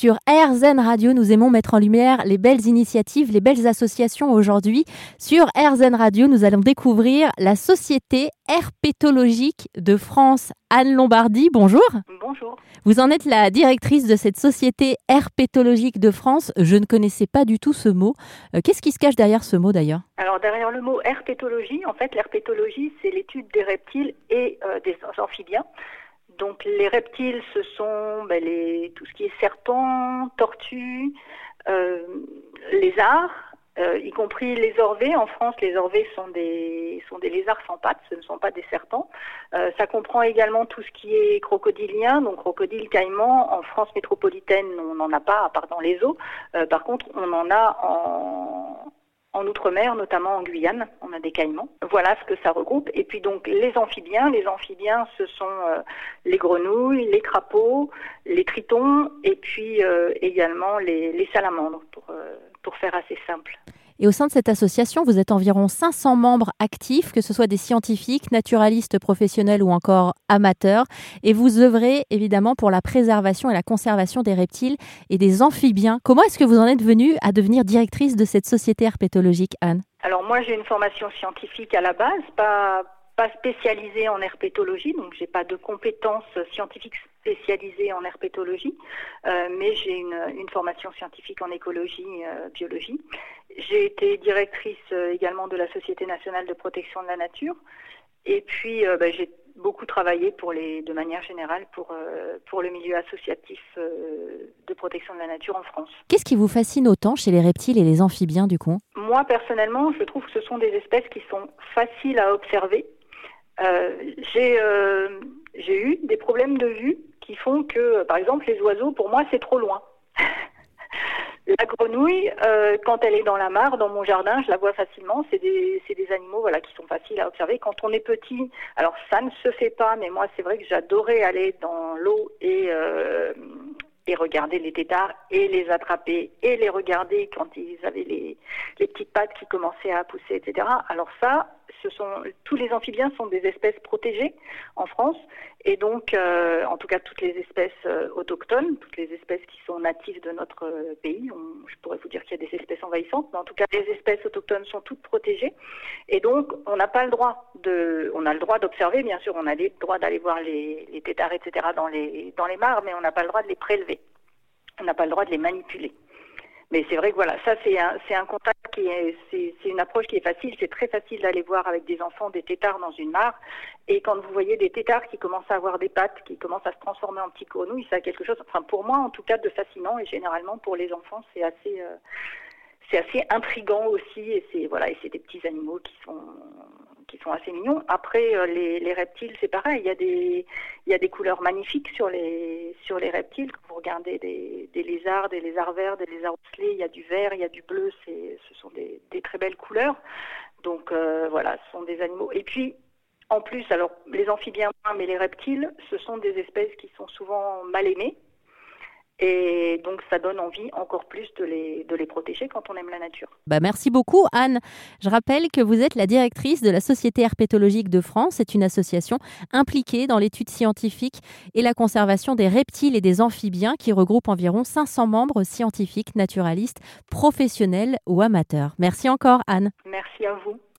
sur RZN Radio. Nous aimons mettre en lumière les belles initiatives, les belles associations. Aujourd'hui, sur RZN Radio, nous allons découvrir la Société herpétologique de France. Anne Lombardi, bonjour. Bonjour. Vous en êtes la directrice de cette Société herpétologique de France. Je ne connaissais pas du tout ce mot. Qu'est-ce qui se cache derrière ce mot d'ailleurs ? Alors derrière le mot herpétologie, en fait l'herpétologie c'est l'étude des reptiles et des amphibiens. Donc les reptiles ce sont tout ce qui est serpents, tortues, lézards, y compris les orvées. En France, les orvées sont des lézards sans pattes, ce ne sont pas des serpents. Ça comprend également tout ce qui est crocodilien, donc crocodile, caïman. En France métropolitaine, on n'en a pas, à part dans les eaux. Par contre, on en a en Outre-mer, notamment en Guyane, on a des caïmans. Voilà ce que ça regroupe. Et puis donc les amphibiens, ce sont les grenouilles, les crapauds, les tritons et puis également les salamandres, pour faire assez simple. Et au sein de cette association, vous êtes environ 500 membres actifs, que ce soit des scientifiques, naturalistes professionnels ou encore amateurs. Et vous œuvrez évidemment pour la préservation et la conservation des reptiles et des amphibiens. Comment est-ce que vous en êtes venue à devenir directrice de cette société herpétologique, Anne ? Alors moi, j'ai une formation scientifique à la base, pas spécialisée en herpétologie, donc j'ai pas de compétences scientifiques spécialisées en herpétologie, mais j'ai une formation scientifique en écologie, biologie. J'ai été directrice également de la Société nationale de protection de la nature, et puis j'ai beaucoup travaillé de manière générale pour le milieu associatif de protection de la nature en France. Qu'est-ce qui vous fascine autant chez les reptiles et les amphibiens du coup ? Moi personnellement, je trouve que ce sont des espèces qui sont faciles à observer. J'ai eu des problèmes de vue qui font que, par exemple, les oiseaux, pour moi, c'est trop loin. La grenouille, quand elle est dans la mare, dans mon jardin, je la vois facilement. C'est des animaux qui sont faciles à observer. Quand on est petit, alors ça ne se fait pas, mais moi, c'est vrai que j'adorais aller dans l'eau et regarder les têtards et les attraper et les regarder quand ils avaient les petites pattes qui commençaient à pousser, etc. Alors ça, tous les amphibiens sont des espèces protégées en France et donc, en tout cas, toutes les espèces autochtones, toutes les espèces qui sont natives de notre pays, je pourrais vous dire qu'il y a des espèces envahissantes, mais en tout cas, les espèces autochtones sont toutes protégées et donc, on n'a pas le droit on a le droit d'observer, bien sûr, on a le droit d'aller voir les têtards, etc. dans les mares, mais on n'a pas le droit de les prélever. On n'a pas le droit de les manipuler. Mais c'est vrai que ça c'est un contact c'est une approche qui est facile. C'est très facile d'aller voir avec des enfants des têtards dans une mare. Et quand vous voyez des têtards qui commencent à avoir des pattes, qui commencent à se transformer en petites grenouilles, ça a quelque chose, pour moi en tout cas, de fascinant. Et généralement pour les enfants, c'est assez intriguant aussi. Et c'est des petits animaux qui sont assez mignons. Après, les reptiles, c'est pareil. Il y a des couleurs magnifiques sur les reptiles. Quand vous regardez des lézards verts, des lézards ocellés, il y a du vert, il y a du bleu. Ce sont des très belles couleurs. Donc ce sont des animaux. Et puis, en plus, alors les amphibiens, mais les reptiles, ce sont des espèces qui sont souvent mal aimées. Et donc, ça donne envie encore plus de les protéger quand on aime la nature. Merci beaucoup, Anne. Je rappelle que vous êtes la directrice de la Société herpétologique de France. C'est une association impliquée dans l'étude scientifique et la conservation des reptiles et des amphibiens qui regroupe environ 500 membres scientifiques, naturalistes, professionnels ou amateurs. Merci encore, Anne. Merci à vous.